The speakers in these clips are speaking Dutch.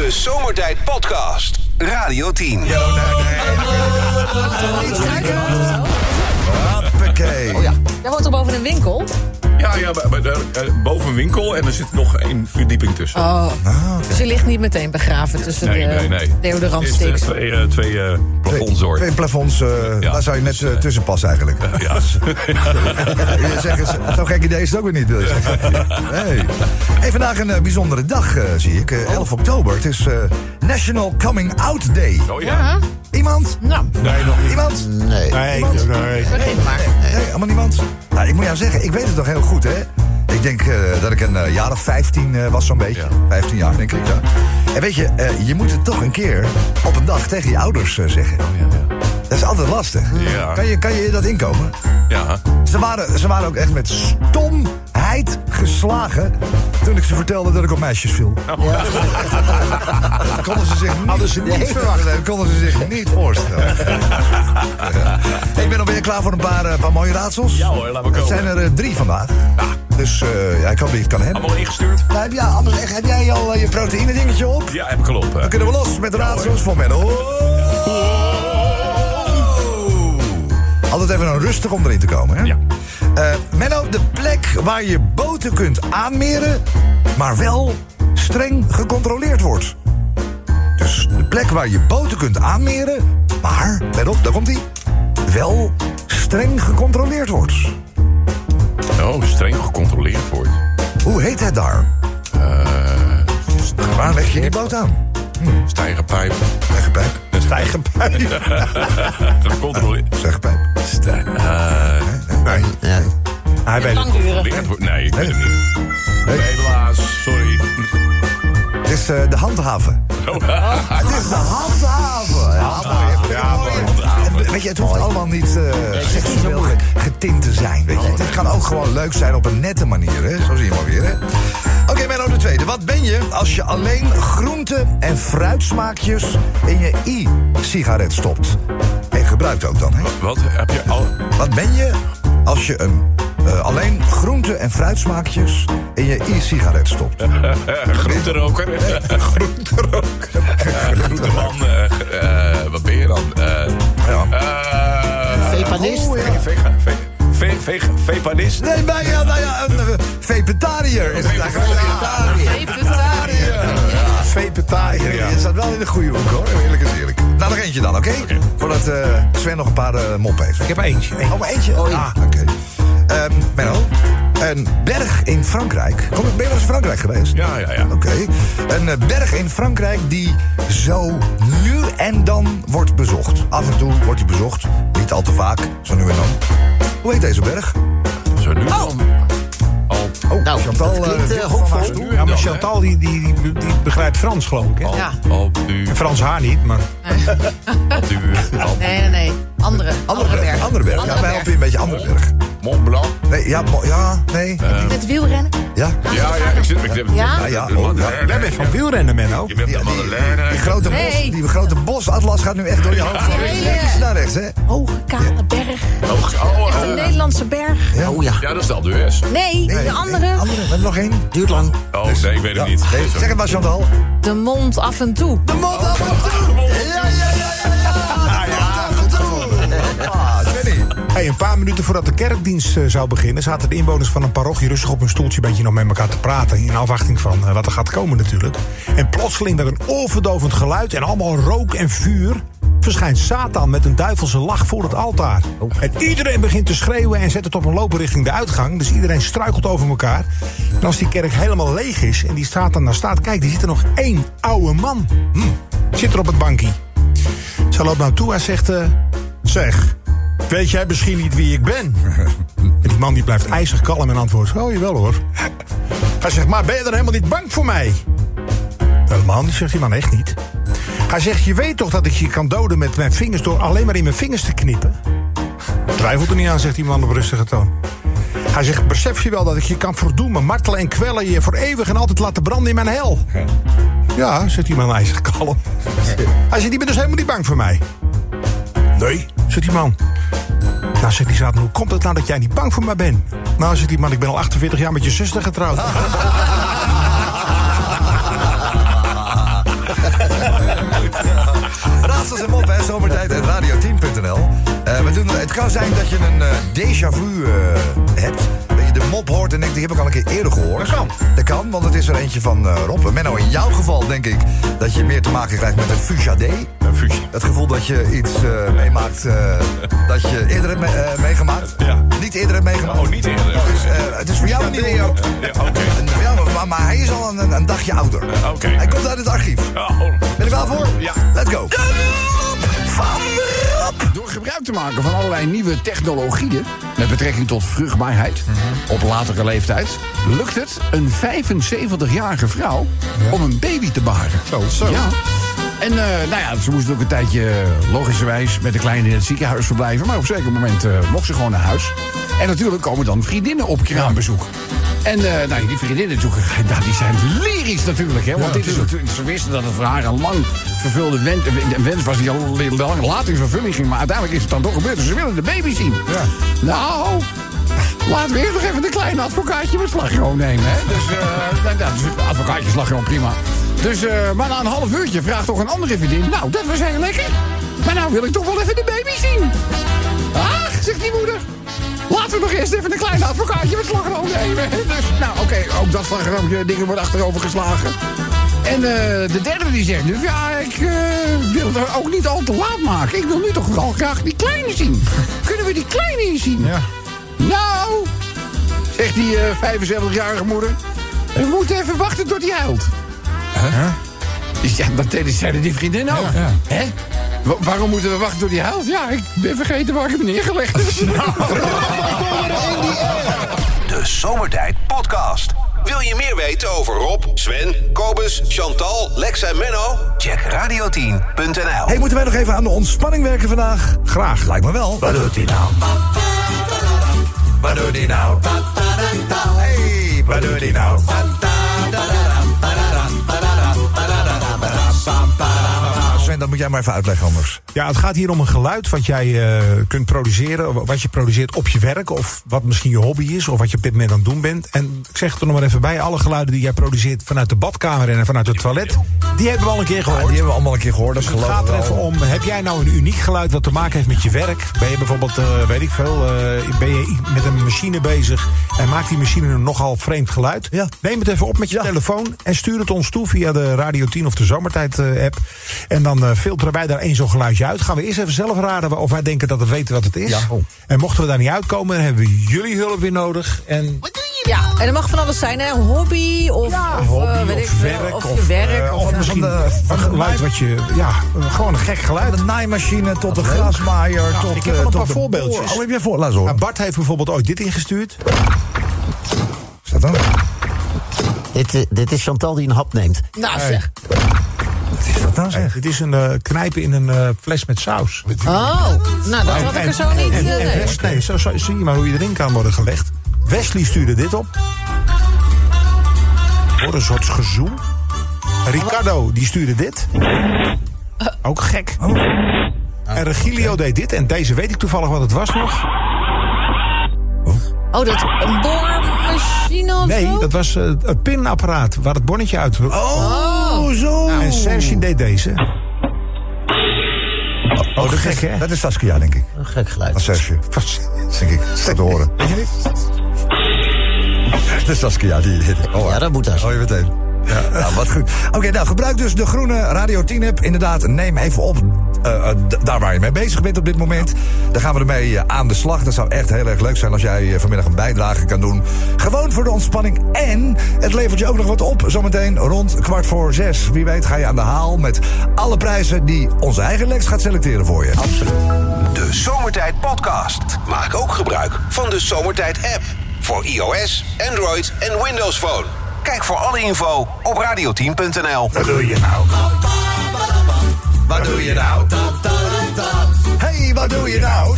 De Zomertijd Podcast. Radio 10. Hoppakee. Oh ja. Jij woont toch boven een winkel? Ja, boven een winkel en er zit nog 1 verdieping tussen. Oh, dus je ligt niet meteen begraven tussen de deodorantsticks. Twee plafonds hoor. 2 plafonds, daar zou je net tussen passen eigenlijk. Ja. Je zegt, zo'n gek idee is het ook weer niet, wil je zeggen. Nee. Hey, vandaag een bijzondere dag, zie ik. 11 oktober. Het is National Coming Out Day. Oh ja. Iemand? Nou, Nee, nog niet. Iemand? Nee. begin maar. Nee, allemaal niemand? Nou, ik moet jou zeggen, ik weet het toch heel goed, hè? Ik denk dat ik een jaar of 15 was zo'n beetje. Ja. 15 jaar, denk ik, ja. En weet je, je moet het toch een keer op een dag tegen je ouders zeggen. Ja. Dat is altijd lastig. Ja. Kan je dat inkomen? Ja. Ze waren ook echt met stomheid geslagen toen ik ze vertelde dat ik op meisjes viel. Ja. Dat konden ze zich niet verwachten. Dat konden ze zich niet voorstellen. Ik ben alweer klaar voor een paar mooie raadsels. Ja hoor, laat me Het komen. zijn er 3 vandaag. Dus ik hoop dat je het kan hebben. Allemaal ingestuurd? Nou, ja, anders heb jij al je proteïne dingetje op? Ja, heb ik al op. Dan kunnen we los met de raadsels voor Menno. Altijd even een rustig om erin te komen, hè? Ja. Menno, de plek waar je boten kunt aanmeren, maar wel streng gecontroleerd wordt. Dus de plek waar je boten kunt aanmeren, maar, let op, daar komt ie, wel streng gecontroleerd wordt. Oh, streng gecontroleerd wordt. Hoe heet het daar? Waar leg je die boot aan? Stijgerpijp. Stijgerpijp. Stijgerpijp. Gecontroleerd. Stijgerpijp. Nee. Ja. Hij weet het. Gecontroleerd wordt. Nee, ik weet het niet. Nee. Helaas, sorry. Het is de handhaven. Het is de handhaven. Ja, mooi. Weet je, het hoeft allemaal niet seksueel getint te zijn. Weet je. Het kan ook gewoon leuk zijn op een nette manier. Hè? Zo zie je maar weer. Hè? Oké, Menno, de tweede. Wat ben je als je alleen groente- en fruitsmaakjes in je e-sigaret stopt? En gebruikt ook dan, hè? Wat heb je al? Wat ben je als je alleen groente- en fruitsmaakjes in je e-sigaret stopt? Groenteroker. Groenteman. Wat ben je dan? Veganist. Veganist. Nee, maar ja, een vegetariër is het eigenlijk. Vegetariër. Ja. Je staat wel in de goede hoek, hoor. Eerlijk is eerlijk. Nou, nog eentje dan, oké? Voordat Sven nog een paar moppen heeft. Ik heb eentje. Oh, maar eentje? Oké. Menno, een berg in Frankrijk. Ben je wel eens in Frankrijk geweest? Ja. Oké. Een berg in Frankrijk die zo nu en dan wordt bezocht. Af en toe wordt hij bezocht. Niet al te vaak, zo nu en dan. Hoe heet deze berg? Zo nu dan. Nou, Chantal, dat klinkt Wiel van hoopvol. Maasstoel. Ja, maar Chantal die begrijpt Frans, geloof ik. Hè? Ja. En Frans haar niet, maar... Nee. Andere berg. Andere berg. Ja, wij helpen je een beetje andere berg. Mont Blanc. Nee, nee. Met wielrennen? Ja. Ja, ik zit. Ja? Ja. Jij bent van wielrennen, Menno. Je bent de Madeleine. Die grote bosatlas gaat nu echt door je hoofd. Van links naar rechts, hè? Hoge, kale berg. Echt een Nederlandse berg. Oh ja, Ja, dat is de Alpe d'Huez. Nee, de andere. We hebben nog één. duurt lang. Oh, nee, ik weet het niet. Nee, zeg het maar, Chantal. De mond af en toe. De mond af en toe. Ja. Svenny. Hey, een paar minuten voordat de kerkdienst zou beginnen... zaten de inwoners van een parochie rustig op hun stoeltje... een beetje nog met elkaar te praten... in afwachting van wat er gaat komen natuurlijk. En plotseling met een oorverdovend geluid... en allemaal rook en vuur... verschijnt Satan met een duivelse lach voor het altaar. En iedereen begint te schreeuwen en zet het op een lopen richting de uitgang. Dus iedereen struikelt over elkaar. En als die kerk helemaal leeg is en die Satan daar staat... kijk, die zit er nog 1 oude man. Zit er op het bankje. Zij loopt naar toe en zegt... zeg, weet jij misschien niet wie ik ben? En die man die blijft ijzig kalm en antwoordt... oh, jawel hoor. Hij zegt, maar ben je dan helemaal niet bang voor mij? Helemaal niet, zegt die man, echt niet. Hij zegt, je weet toch dat ik je kan doden met mijn vingers... door alleen maar in mijn vingers te knippen? Twijfelt er niet aan, zegt die man op rustige toon. Hij zegt, besef je wel dat ik je kan verdoemen, martelen en kwellen... je voor eeuwig en altijd laten branden in mijn hel? Ja, zegt die man ijzig kalm. Hij zegt, je bent dus helemaal niet bang voor mij? Nee, zegt die man. Nou, zegt die Satan, hoe komt het nou dat jij niet bang voor mij bent? Nou, zegt die man, ik ben al 48 jaar met je zuster getrouwd. Plaats ons hem op, hè, zomertijd@radio10.nl. Het kan zijn dat je een déjà vu hebt. Dat je de mop hoort en denkt, die heb ik al een keer eerder gehoord. Dat kan, want het is er eentje van Rob. Menno, in jouw geval denk ik dat je meer te maken krijgt met een fusade. Een fusie. Het gevoel dat je iets meemaakt dat je eerder hebt meegemaakt. Ja. Niet eerder hebt meegemaakt. Oh, niet eerder. Dus het is voor jou een nieuwe ook. Maar hij is al een dagje ouder. Oké. Hij komt uit het archief. Oh. Ben je er klaar voor? Ja. Let's go. Door gebruik te maken van allerlei nieuwe technologieën met betrekking tot vruchtbaarheid op latere leeftijd, lukt het een 75-jarige vrouw om een baby te baren. Zo. Ja. En ze moest ook een tijdje logischerwijs met de kleine in het ziekenhuis verblijven, maar op een zeker moment mocht ze gewoon naar huis. En natuurlijk komen dan vriendinnen op kraambezoek. En die vriendinnen die zijn lyrisch natuurlijk, hè. Want ze wisten dat het voor haar een lang vervulde wens was die al lang later in vervulling ging. Maar uiteindelijk is het dan toch gebeurd. Dus ze willen de baby zien. Ja. Nou, laten we eerst nog even een klein advocaatje met slagroom nemen, hè. Dus advocaatje slagroom, prima. Dus, maar na een half uurtje vraagt toch een andere vriendin. Nou, dat was heel lekker. Maar nou wil ik toch wel even de baby zien. Ach, zegt die moeder. Laten we nog eerst even een klein advocaatje met slagroom nemen. Dus, ook dat slagroompje dingen wordt achterover geslagen. En de derde die zegt nu, ik wil het er ook niet al te laat maken. Ik wil nu toch wel graag die kleine zien. Kunnen we die kleine eens zien? Ja. Nou, zegt die 75-jarige moeder. We moeten even wachten tot hij huilt. Ja, dat zeiden die vriendin ook. Ja. Hè? Waarom moeten we wachten tot hij huilt? Ja, ik ben vergeten waar ik hem neergelegd heb. De Zomertijd Podcast. Wil je meer weten over Rob, Sven, Kobus, Chantal, Lex en Menno? Check radio10.nl. Hey, moeten wij nog even aan de ontspanning werken vandaag? Graag, lijkt me wel. Wat doet hij nou? Wat doet hij nou? Hey, wat doet hij nou? Sven, dat moet jij maar even uitleggen anders. Ja, het gaat hier om een geluid wat jij kunt produceren. Wat je produceert op je werk. Of wat misschien je hobby is. Of wat je op dit moment aan het doen bent. En ik zeg het er nog maar even bij. Alle geluiden die jij produceert vanuit de badkamer en vanuit het toilet. Die hebben we al een keer gehoord. Ja, die hebben we allemaal een keer gehoord. Dus het gaat er even om. Heb jij nou een uniek geluid wat te maken heeft met je werk? Ben je bijvoorbeeld, weet ik veel. Ben je met een machine bezig. En maakt die machine een nogal vreemd geluid? Ja. Neem het even op met je telefoon. En stuur het ons toe via de Radio 10 of de Zomertijd app. En dan filteren wij daar één zo'n geluidje uit. Gaan we eerst even zelf raden of wij denken dat we weten wat het is. Ja. En mochten we daar niet uitkomen, dan hebben we jullie hulp weer nodig. En ja, en dat mag van alles zijn, hè? Hobby of werk. Of je werk. Of misschien een geluid wat je... Ja, gewoon een gek geluid. Een naaimachine tot een grasmaaier. Ik heb wel een paar voorbeeldjes. Heb jij voor? Laat eens horen. Bart heeft bijvoorbeeld ooit dit ingestuurd. Is dat dan? Dit is Chantal die een hap neemt. Nou zeg. Wat is dat dan zeg? Het is een knijpen in een fles met saus. Oh, nou dat had ik er zo niet. Nee, zo zie je maar hoe je erin kan worden gelegd. Wesley stuurde dit op. Voor een soort gezoem. Ricardo, die stuurde dit. Ook gek. En Regilio deed dit. En deze weet ik toevallig wat het was nog. Oh, dat een boormachine of Nee, zo? dat was het pinapparaat waar het bonnetje uit... Oh, zo. En Serge deed deze. Oh, dat gek, hè? Dat is Saskia, denk ik. Een gek geluid. Dat Serge. Denk ik. Dat te horen. Weet je niet? Dat is Saskia. Ja, dat moet dat. Oh, je meteen. Ja, nou, wat goed. Oké, nou, gebruik dus de groene Radio 10 app. Inderdaad, neem even op daar waar je mee bezig bent op dit moment. Daar gaan we ermee aan de slag. Dat zou echt heel erg leuk zijn als jij vanmiddag een bijdrage kan doen. Gewoon voor de ontspanning. En het levert je ook nog wat op. Zometeen rond 5:45. Wie weet ga je aan de haal met alle prijzen die onze eigen Lex gaat selecteren voor je. Absoluut. De Zomertijd Podcast. Maak ook gebruik van de Zomertijd app. Voor iOS, Android en Windows Phone. Kijk voor alle info op radio10.nl. Wat doe je nou? Wat doe je nou? Hey, wat doe je nou?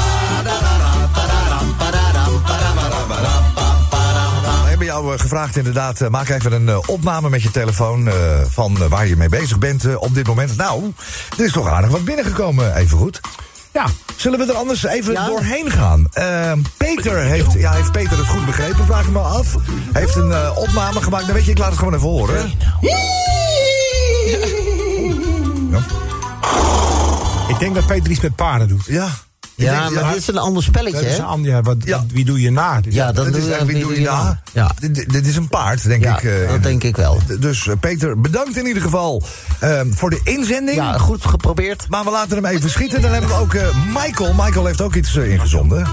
We hebben jou gevraagd inderdaad, maak even een opname met je telefoon van waar je mee bezig bent op dit moment. Nou, er is toch aardig wat binnengekomen, even goed. Ja, zullen we er anders even doorheen gaan? Peter heeft Peter het goed begrepen, vraag ik me af. Heeft een opname gemaakt. Nou weet je, ik laat het gewoon even horen. Ja. Ik denk dat Peter iets met paarden doet. Ja. Ja, maar dit is een ander spelletje, hè? Wie doe je na? Ja, dan wie doe je na? Ja. Dit is een paard, denk ik. Dat denk ik wel. Dus Peter, bedankt in ieder geval voor de inzending. Ja, goed geprobeerd. Maar we laten hem even schieten. Dan hebben we ook Michael. Michael heeft ook iets ingezonden.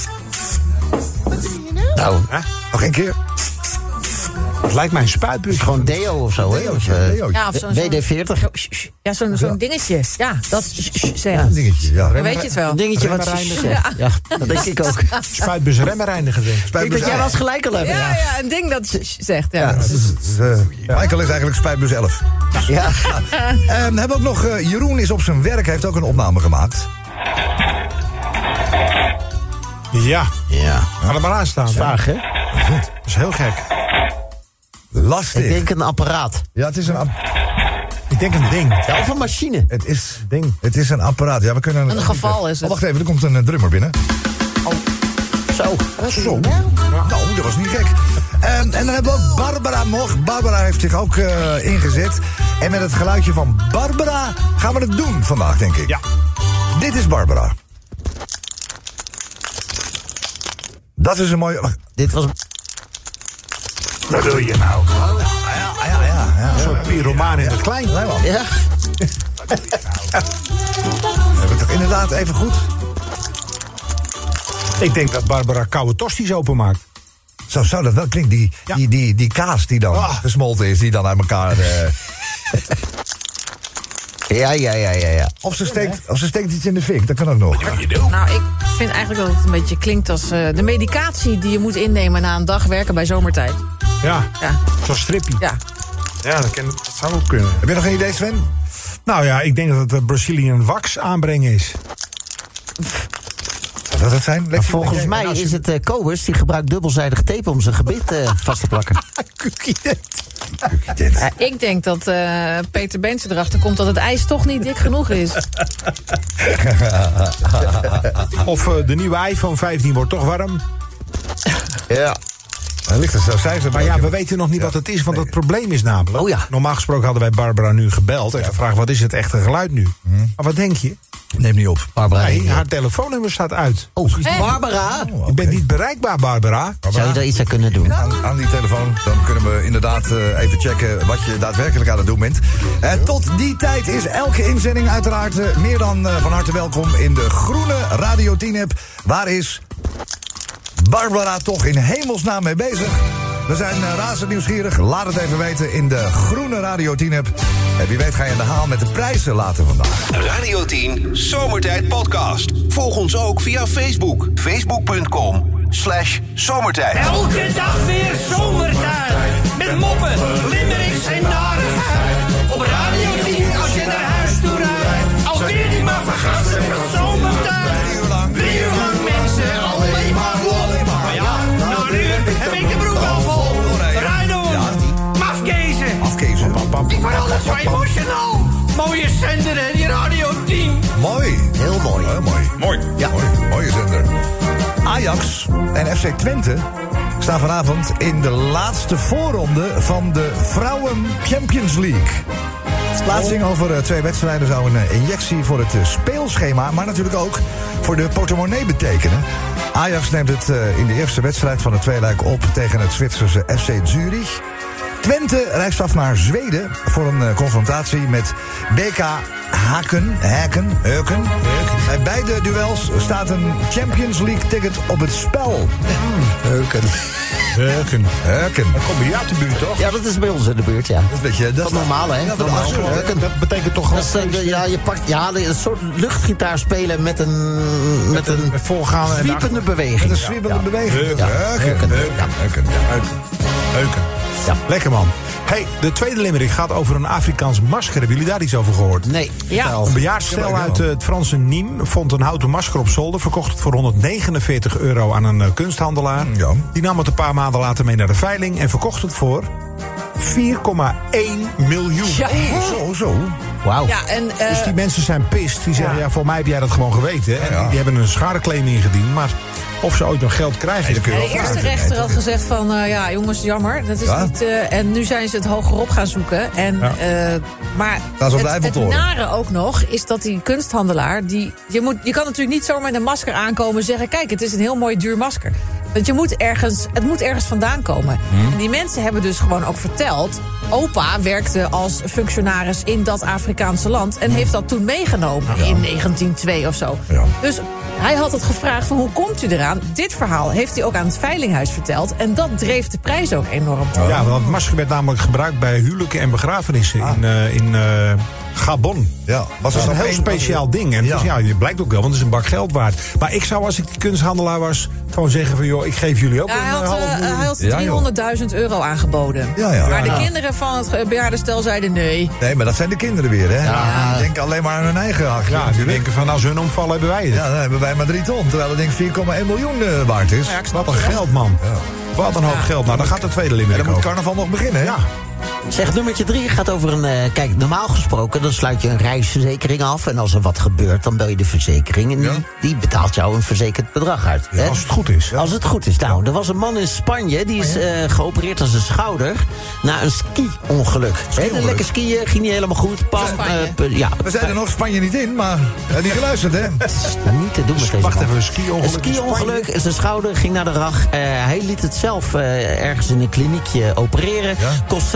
Nou, nog een keer. Het lijkt mij een spuitbus. Gewoon deo of zo, hè? Ja, of zo'n WD-40. Ja, zo'n dingetje. Ja, dat Ja, een dingetje, ja. Dan weet je het wel. Een dingetje wat ja, dat denk ik ook. Spuitbus remmenreiniger. Ik denk dat jij was gelijk al hebben. Ja, een ding dat zegt. Ja. Michael is eigenlijk spuitbus 11. Ja. Hebben we ook nog, Jeroen is op zijn werk, heeft ook een opname gemaakt. Ja. Ga er maar aan staan. Vaag, hè? Dat is heel gek. Lastig. Ik denk een apparaat. Ja, het is een Ik denk een ding. Ja, of een machine. Het is een apparaat. Ja, we kunnen Een geval is het. wacht even, er komt een drummer binnen. Zo. Zo. Nou, dat was niet gek. En dan hebben we ook Barbara nog. Barbara heeft zich ook ingezet. En met het geluidje van Barbara gaan we het doen vandaag, denk ik. Ja. Dit is Barbara. Dat is een mooie... Dit was... Wat doe je nou? Ja. Een soort pyromaan in het klein. Ja. Hebben we toch inderdaad even goed? Ik denk dat Barbara koude tosties openmaakt. Zo zou dat wel klinken. Die kaas die dan gesmolten is, die dan uit elkaar... Ja. Of ze steekt iets in de fik, dat kan ook nog. Nou, ik vind eigenlijk dat het een beetje klinkt als de medicatie die je moet innemen na een dag werken bij zomertijd. Ja. Ja. Zo'n strippie. Ja. Ja, dat zou ook kunnen. Heb je nog een idee, Sven? Nou ja, ik denk dat het de Brazilian wax aanbrengen is. Zou dat het zijn? Maar volgens mij is het Kobus die gebruikt dubbelzijdig tape om zijn gebit vast te plakken. Ik denk dat Peter Beense erachter komt dat het ijs toch niet dik genoeg is. Of de nieuwe iPhone 15 wordt toch warm. Ja. Dan ligt er zo cijfer. Maar ja, we weten nog niet wat het is, want het probleem is namelijk... Oh ja. Normaal gesproken hadden wij Barbara nu gebeld en gevraagd... wat is het echte geluid nu? Maar wat denk je? Neem niet op. Barbara. Nee, haar telefoonnummer staat uit. Oh, Barbara. Je bent niet bereikbaar, Barbara. Zou je daar iets aan kunnen doen? Aan die telefoon, dan kunnen we inderdaad even checken wat je daadwerkelijk aan het doen bent. Tot die tijd is elke inzending uiteraard meer dan van harte welkom in de groene Radio 10-app. Waar is Barbara toch in hemelsnaam mee bezig? We zijn razend nieuwsgierig. Laat het even weten in de groene Radio 10-app. En wie weet ga je aan de haal met de prijzen later vandaag. Radio 10 Zomertijd Podcast. Volg ons ook via Facebook. Facebook.com/zomertijd. Elke dag weer zomertijd. Met moppen, limmerings en narigheid. Op Radio 10 als je naar huis toe rijdt. Alweer die maar vergassen van zomertijd. 3 uur lang mensen, alleen maar lol. Maar ja, na een uur heb ik de broek al vol. Rijd om, mafkezen. Ik word altijd zo emotional. Mooie zender hè, die Radio 10. Mooi. Heel mooi. Mooi. Ja. Mooie zender. Ajax en FC Twente staan vanavond in de laatste voorronde van de Vrouwen Champions League. Plaatsing over 2 wedstrijden zou een injectie voor het speelschema, maar natuurlijk ook voor de portemonnee betekenen. Ajax neemt het in de eerste wedstrijd van het tweeluik op tegen het Zwitserse FC Zurich. Twente reist af naar Zweden voor een confrontatie met BK Häcken. Bij beide duels staat een Champions League ticket op het spel. Heuken. Dat komt bij jou uit de buurt, toch? Ja, dat is bij ons in de buurt, ja. Dat is een beetje... Dat is normaal, hè? Ja, Dat betekent toch Dat gewoon... is, je pakt een soort luchtgitaar spelen met een voorgaande en zwiepende beweging. Met een zwiepende beweging. Heuken. Ja. Lekker, man. Hey, de tweede limerick gaat over een Afrikaans masker. Hebben jullie daar iets over gehoord? Nee, Ja. vertel. Een bejaard stel uit het Franse Nîmes vond een houten masker op zolder... verkocht het voor €149 aan een kunsthandelaar. Ja. Die nam het een paar maanden later mee naar de veiling... en verkocht het voor 4,1 miljoen. Ja. Zo. Wauw. Ja, en Dus die mensen zijn pist. Die zeggen, ja, voor mij heb jij dat gewoon geweten. En die hebben een schadeclaim ingediend. Maar of ze ooit nog geld krijgen. Dat kun je wel De eerste vragen. rechter had gezegd van, ja jongens, jammer. Dat is niet, en nu zijn ze het hogerop gaan zoeken. En, maar Dat is op de het Eiffeltoren. nare ook nog is dat die kunsthandelaar... Je kan natuurlijk niet zomaar met een masker aankomen en zeggen... kijk, het is een heel mooi duur masker. Want het moet ergens vandaan komen. En die mensen hebben dus gewoon ook verteld... opa werkte als functionaris in dat Afrikaanse land... en heeft dat toen meegenomen in 1902 of zo. Ja. Dus hij had het gevraagd van hoe komt u eraan? Dit verhaal heeft hij ook aan het Veilinghuis verteld... en dat dreef de prijs ook enorm op. Ja, want het masker werd namelijk gebruikt bij huwelijken en begrafenissen in Gabon. Ja, Dat is een heel speciaal ding. En dus, het blijkt ook wel, want het is een bak geld waard. Maar ik zou, als ik die kunsthandelaar was, gewoon zeggen van... joh, ik geef jullie ook Ja, een half miljoen. hij had €300.000 aangeboden. Ja. Maar de kinderen van het bejaardenstel zeiden nee. Nee, maar dat zijn de kinderen weer, hè? Die denken alleen maar aan hun eigen hachje. Ja, die denken van als hun omvallen hebben wij het. Ja, dan hebben wij maar 3 ton. Terwijl het ding 4,1 miljoen waard is. Wat een geld, man. Wat een hoop geld. Nou, dan gaat de tweede En limerick dan moet over. carnaval nog beginnen, hè? Ja. Zeg, nummertje 3 gaat over een... kijk, normaal gesproken, dan sluit je een reisverzekering af... en als er wat gebeurt, dan bel je de verzekering... en die betaalt jou een verzekerd bedrag uit. Ja, hè? als het goed is. Als het goed is. Nou, er was een man in Spanje, die is geopereerd aan zijn schouder... na een ski-ongeluk. Lekker skiën, ging niet helemaal goed. Pam, We zijn er nog Spanje niet in, maar niet geluisterd, hè? Nou, niet te doen met deze Wacht man. even, een ski-ongeluk. Een ski-ongeluk, zijn schouder ging naar de rag. Hij liet het zelf ergens in een kliniekje opereren. Ja. Kostte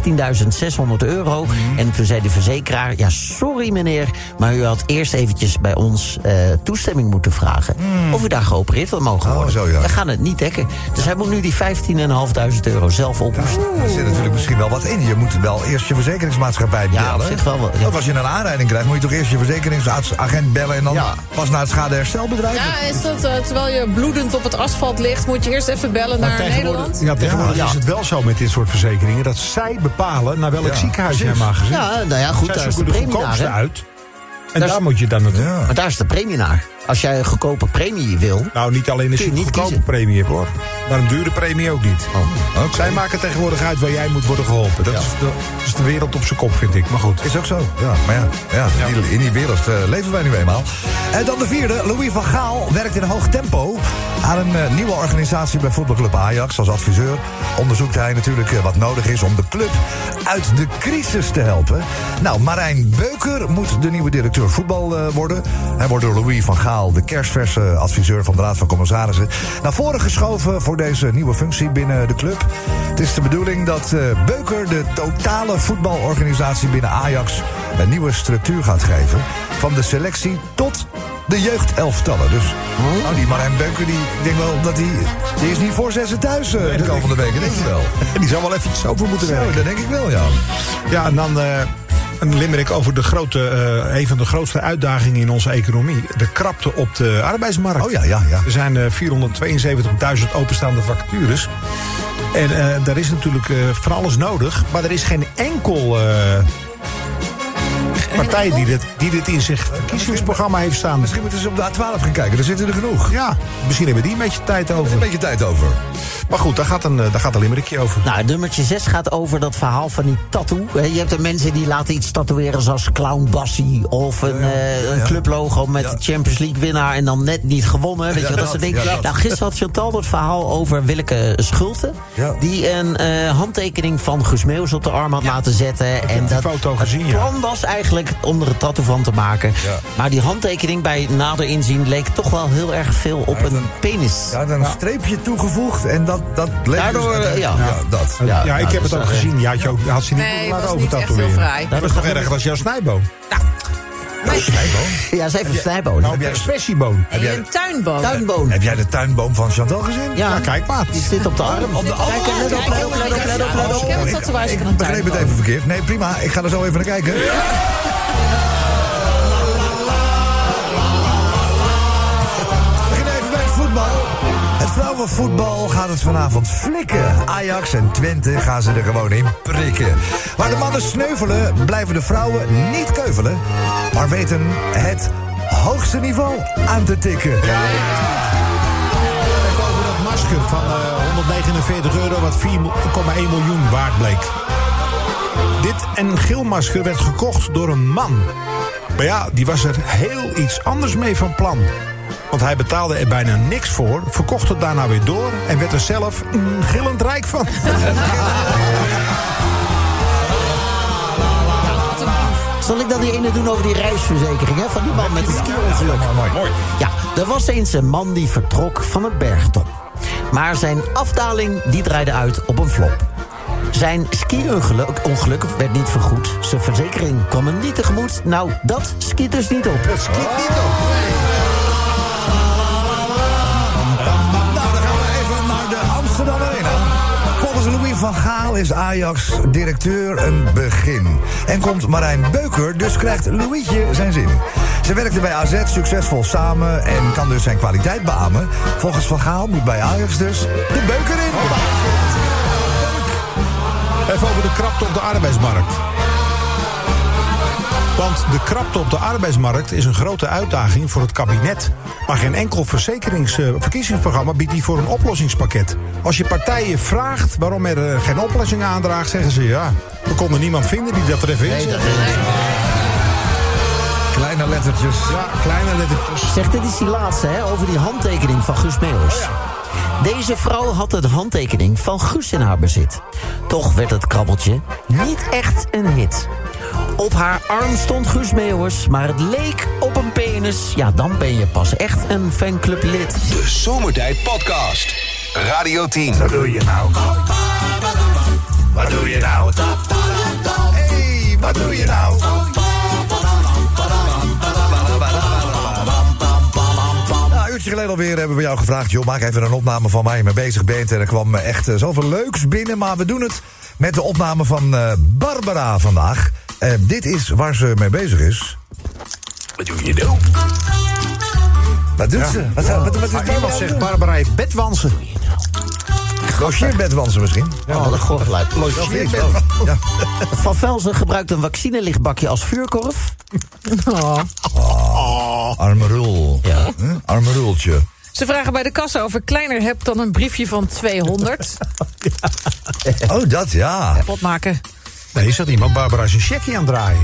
€15.600. En toen zei de verzekeraar... ja, sorry meneer, maar u had eerst eventjes bij ons toestemming moeten vragen... of u daar geopereerd had mogen worden. Zo, ja. We gaan het niet dekken. Dus hij moet nu die €15.500 zelf ophoesten. Er zit natuurlijk misschien wel wat in. Je moet wel eerst je verzekeringsmaatschappij bellen. Ja, op zich wel. Ja. Of als je een aanrijding krijgt, moet je toch eerst je verzekeringsagent bellen... en dan pas naar het schadeherstelbedrijf? Ja, is dat terwijl je bloedend op het asfalt ligt... moet je eerst even bellen naar Nederland? Ja, tegenwoordig is het wel zo met dit soort verzekeringen... dat zij bepalen naar welk ziekenhuis jij mag gezien. Ja, nou ja, goed, Zij daar is de zoeken de premie naar. goedkoopste Hè? uit. En daar moet je dan naartoe. Ja. Maar daar is de premie naar. Als jij een goedkope premie wil... Nou, niet alleen als je Kun je een niet goedkope kiezen. premie hebt, hoor. Maar een dure premie ook niet. Oké. Zij maken tegenwoordig uit waar jij moet worden geholpen. Dat is de wereld op zijn kop, vind ik. Maar goed. Is ook zo. Ja, maar in die wereld leven wij nu eenmaal. En dan de vierde. Louis van Gaal werkt in hoog tempo aan een nieuwe organisatie bij voetbalclub Ajax. Als adviseur onderzoekt hij natuurlijk wat nodig is om de club uit de crisis te helpen. Nou, Marijn Beuker moet de nieuwe directeur voetbal worden. Hij wordt door Louis van Gaal, de kerstverse adviseur van de Raad van Commissarissen, naar voren geschoven voor deze nieuwe functie binnen de club. Het is de bedoeling dat Beuker de totale voetbalorganisatie binnen Ajax een nieuwe structuur gaat geven. Van de selectie tot de jeugdelftallen. Dus nou, die Marijn Beuker, ik denk wel dat die is niet voor zessen thuis de komende weken, denk ik wel. Die zou wel even iets over moeten werken. Zo, dat denk ik wel, ja. Ja, en dan een limerick over een van de grootste uitdagingen in onze economie. De krapte op de arbeidsmarkt. Oh ja. Er zijn 472.000 openstaande vacatures. En daar is natuurlijk van alles nodig. Maar er is geen enkel partij die dit in zich verkiezingsprogramma heeft staan. Misschien moeten ze op de A12 gaan kijken, daar zitten er genoeg. Ja, misschien hebben die een beetje tijd over. Een beetje tijd over. Maar goed, daar gaat een limerickje over. Nou, nummertje 6 gaat over dat verhaal van die tattoo. Je hebt er mensen die laten iets tatoeëren zoals Clown Bassie... of een clublogo met de Champions League winnaar... en dan net niet gewonnen. Weet je, dat soort dingen. Nou, gisteren had Chantal het verhaal over Willeke Schulte... die een handtekening van Guus Meeuwis op de arm had laten zetten. En dat foto gezien, het plan was eigenlijk om er een tattoo van te maken. Ja. Maar die handtekening bij nader inzien leek toch wel heel erg veel op een penis. Ja, dan een streepje toegevoegd en dat leek daardoor, dus dat. Ja, ik heb het ook gezien. Ja, had ze niet Nee, laten was niet echt heel overtatoeëren. fraai. Dat is toch erger dan jouw snijboom? Ja, ze heeft een snijboom. Nou, heb jij een spessieboom? Nee, een tuinboom. Tuinboom. Heb jij de tuinboom van Chantal gezien? Ja, Kijk maar. die zit op de arm. Op de arm? Kijk, let op. Ik heb een tatoeage van een Ik begreep het tuinboom. even verkeerd. Nee, prima. Ik ga er zo even naar kijken. We beginnen even bij het voetbal. Het vrouwenvoetbal gaat het vanavond flikken. Ajax en Twente gaan ze er gewoon in prikken. Waar de mannen sneuvelen, blijven de vrouwen niet keuvelen, maar weten het hoogste niveau aan te tikken. Even over dat masker van €149... wat 4,1 miljoen waard bleek. Dit en geel masker werd gekocht door een man. Maar ja, die was er heel iets anders mee van plan. Want hij betaalde er bijna niks voor, verkocht het daarna weer door... en werd er zelf gillend rijk van. Zal ik dan die ene doen over die reisverzekering, hè? Van die man met het ski-ongeluk? Mooi. Ja, er was eens een man die vertrok van een bergtop. Maar zijn afdaling die draaide uit op een flop. Zijn ski-ongeluk werd niet vergoed. Zijn verzekering kwam hem niet tegemoet. Nou, dat schiet dus niet op. Het schiet niet op. Nou, dan gaan we even naar de Amsterdam Arena. Volgens Louis van Gaal is Ajax directeur een begin. En komt Marijn Beuker, dus krijgt Louietje zijn zin. Ze werkte bij AZ succesvol samen en kan dus zijn kwaliteit beamen. Volgens Van Gaal moet bij Ajax dus de Beuker in. Even over de krapte op de arbeidsmarkt. Want de krapte op de arbeidsmarkt is een grote uitdaging voor het kabinet. Maar geen enkel verkiezingsprogramma biedt hiervoor een oplossingspakket. Als je partijen vraagt waarom er geen oplossing aandraagt, zeggen ze ja, we konden niemand vinden die dat er even in zet. Kleine lettertjes. Ja, kleine lettertjes. Zeg, dit is die laatste, hè, over die handtekening van Guus Meeuwis. Oh ja. Deze vrouw had de handtekening van Guus in haar bezit. Toch werd het krabbeltje niet echt een hit. Op haar arm stond Guus Meeuwis, maar het leek op een penis. Ja, dan ben je pas echt een fanclublid. De Zomertijd Podcast. Radio 10. Wat doe je nou? Wat doe je nou? Hey, wat doe je nou? Een uurtje geleden alweer hebben we jou gevraagd... joh, maak even een opname van waar je mee bezig bent. En er kwam echt zoveel leuks binnen. Maar we doen het met de opname van Barbara vandaag. Dit is waar ze mee bezig is. Wat doe je nou? Wat doet ze? Wat is Iemand zegt Barbara heeft bedwansen. Logeerbedwansen misschien? Oh, wat een goor geluid. Logeerbedwansen. Ja. Van Velzen gebruikt een vaccinelichtbakje als vuurkorf. Arme rul. Ja. Arme rultje. Ze vragen bij de kassa of ik kleiner heb dan een briefje van 200. Oh, dat ja. Pot maken. Nee, zat iemand Barbara zijn checkie aan het draaien.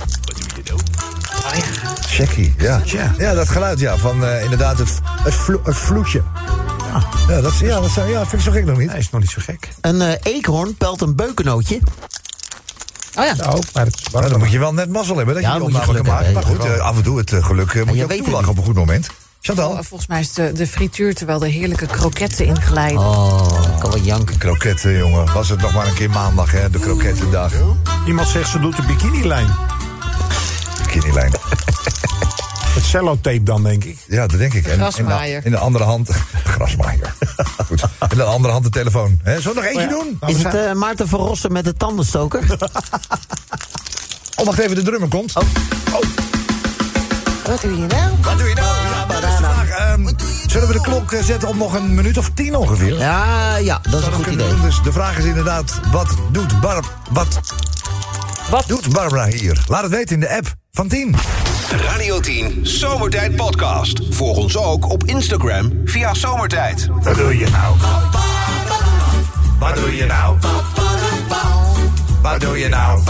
Checkie, ja. Ja. Ja, dat geluid, ja. Van inderdaad het vloedje. Ja, dat vind ik zo gek nog niet. Nee, is nog niet zo gek. Een eekhoorn pelt een beukennootje. Oh ja. Oh, maar het is Maar dan moet je wel net mazzel hebben dat Ja, je die moet je opname kan geluk maken. Maar hebben, goed, af en toe het geluk moet je je ook weet het toelachen niet. op een goed moment. Chantal? Volgens mij is de frituur terwijl de heerlijke kroketten inglijden. Oh, ik kan wel janken. Kroketten, jongen. Was het nog maar een keer maandag, hè? De krokettendag. Iemand zegt ze doet de bikinilijn. Bikinilijn. Het cellotape dan, denk ik. Ja, dat denk ik. En Grasmaaier. in de andere hand... Grasmaaier. Goed. In de andere hand de telefoon. Hè? Zullen we nog eentje doen? Is het Maarten van Rossum met de tandenstoker? Oh, wacht even, de drummer komt. Oh. Wat doe je nou? Wat doe je nou? Ja, dat is de vraag. Zullen we de klok zetten op nog een minuut of 10 ongeveer? Ja, dat is een goed idee. Doen. Dus de vraag is inderdaad, wat doet Barbara hier? Laat het weten in de app van 10. Radio 10 Zomertijd Podcast. Volg ons ook op Instagram via Zomertijd. Wat doe je nou? Wat doe je nou? Wat doe je nou?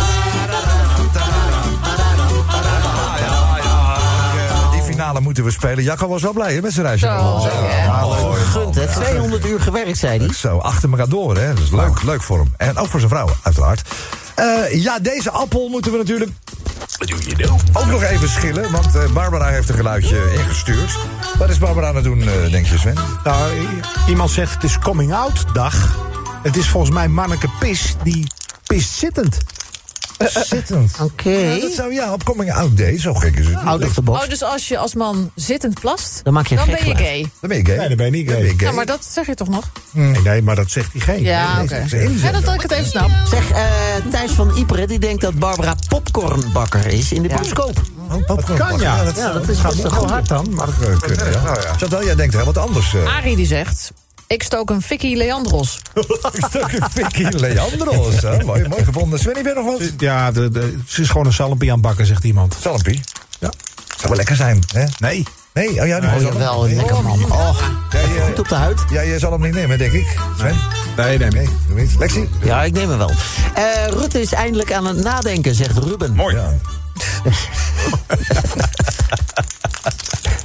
Die finale moeten we spelen. Jacco was wel blij hè, met zijn reisje. Gegund, hè? 200 uur gewerkt, zei hij. Zo, achter elkaar door, hè. Dat is leuk voor hem. En ook voor zijn vrouw, uiteraard. Ja, deze appel moeten we natuurlijk... Wat doe je nou? Ook nog even schillen, want Barbara heeft een geluidje ingestuurd. Wat is Barbara aan het doen, denk je, Sven? Nou, iemand zegt het is coming out dag. Het is volgens mij Manneke Pis, die pist zittend. Zittend. Oké. Ja, dat zou op coming out day, zo gek is het niet. Out of the box. Oh, dus als je als man zittend plast, Dan maak je dan gek ben je geluid. gay. Dan ben je gay. Nee, dan ben je niet gay. Dan ben je Nou, maar dat zeg je toch nog? Nee, maar dat zegt diegene. Ja, oké. Ja, dat ik het even snap. Zeg, Thijs van Ypres, die denkt dat Barbara popcornbakker is in de bioscoop. Dat kan, ja. Dat is gaat best wel wel hard dan. Maar Chantal, jij denkt heel wat anders. Arie die zegt, ik stook een Vicky Leandros. Een stukje Vicky Leandros. Hè? Mooi gevonden. Sven, weer nog wat? ja, ze is gewoon een salmpie aan het bakken, zegt iemand. Salmpie. Ja. Zou wel lekker zijn, hè? Nee. Nee, oh ja, niet Oh, jawel, een lekker man. Oh, goed op de huid. Jij zal hem niet nemen, denk ik. Sven? Nee. Nee, doe niet. Lexie? Ja, ik neem hem wel. Rutte is eindelijk aan het nadenken, zegt Ruben. Mooi. Ja.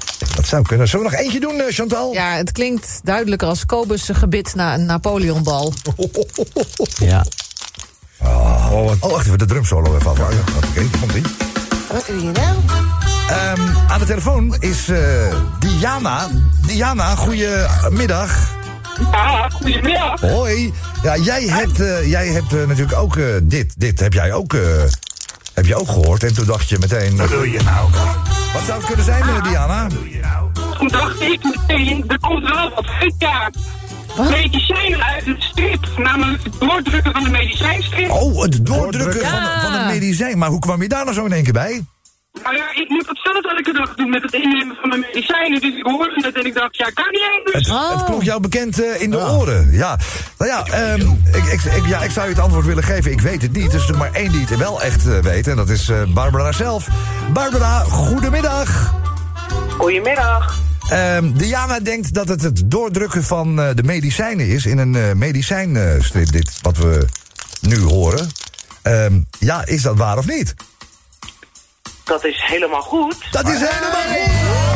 Zou kunnen. Zullen we nog eentje doen, Chantal? Ja, het klinkt duidelijker als Kobus' gebit na een Napoleonbal. Ja. Oh, wacht even, de drumsolo even afwachten. Oké, komt-ie. Wat doe je nou? Aan de telefoon is Diana. Diana, goedemiddag. Ja, goedemiddag. Hoi. Ja, jij hebt natuurlijk ook dit heb jij ook gehoord. En toen dacht je meteen... Wat doe je nou? Wat zou het kunnen zijn, Diana? Toen dacht ik meteen, er komt wel wat uit, ja. Medicijnen uit het strip, namelijk het doordrukken van de medicijnstrip. Oh, het doordrukken van een medicijn. Maar hoe kwam je daar nou zo in één keer bij? Nou ja, ik moet het zelf elke dag doen met het innemen van mijn medicijnen. Dus ik hoorde het en ik dacht, ja, kan niet anders. Het klonk jou bekend in de oren. Ja. Nou ja, ik zou je het antwoord willen geven. Ik weet het niet. Er is er maar één die het wel echt weet. En dat is Barbara zelf. Barbara, goedemiddag. Goedemiddag. Diana denkt dat het doordrukken van de medicijnen is in een medicijnstrip, dit wat we nu horen. Ja, is dat waar of niet? Dat is helemaal goed. Dat is helemaal goed!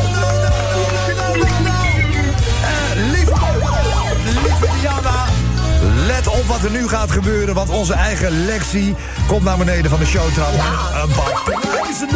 Lieve Diana, let op wat er nu gaat gebeuren, want onze eigen Lexi komt naar beneden van de showtrap. Een bak prijzen.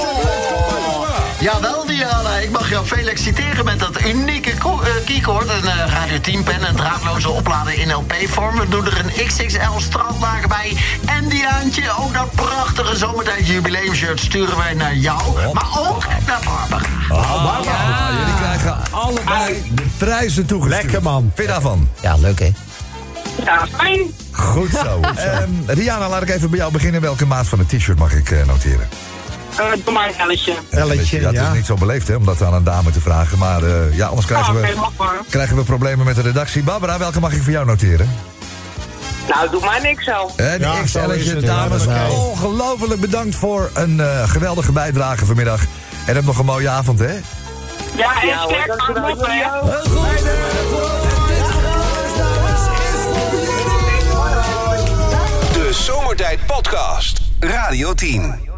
Jawel, Diana, ik mag jou feliciteren met dat unieke keycord. Een Radio 10 pen, een draadloze oplader in LP-vorm. We doen er een XXL strandlager bij. En Diaantje, ook dat prachtige zomertijd jubileumshirt sturen wij naar jou. Maar ook naar Barbara. Barbara, jullie krijgen allebei de prijzen toegestuurd. Lekker, man. Vind je daarvan? Ja, leuk, hè? Ja, fijn. Goed zo. Diana, laat ik even bij jou beginnen. Welke maat van het t-shirt mag ik noteren? Doe maar een Elletje. Elletje, ja. Het is niet zo beleefd, hè, om dat aan een dame te vragen. Maar anders krijgen we problemen met de redactie. Barbara, welke mag ik voor jou noteren? Nou, doe maar niks zelf. De XL'tje, dames. Ongelooflijk bedankt voor een geweldige bijdrage vanmiddag. En heb nog een mooie avond, hè? Ja, en sterk aan op, hè. Heel goed. De Zomertijd Podcast. Radio 10.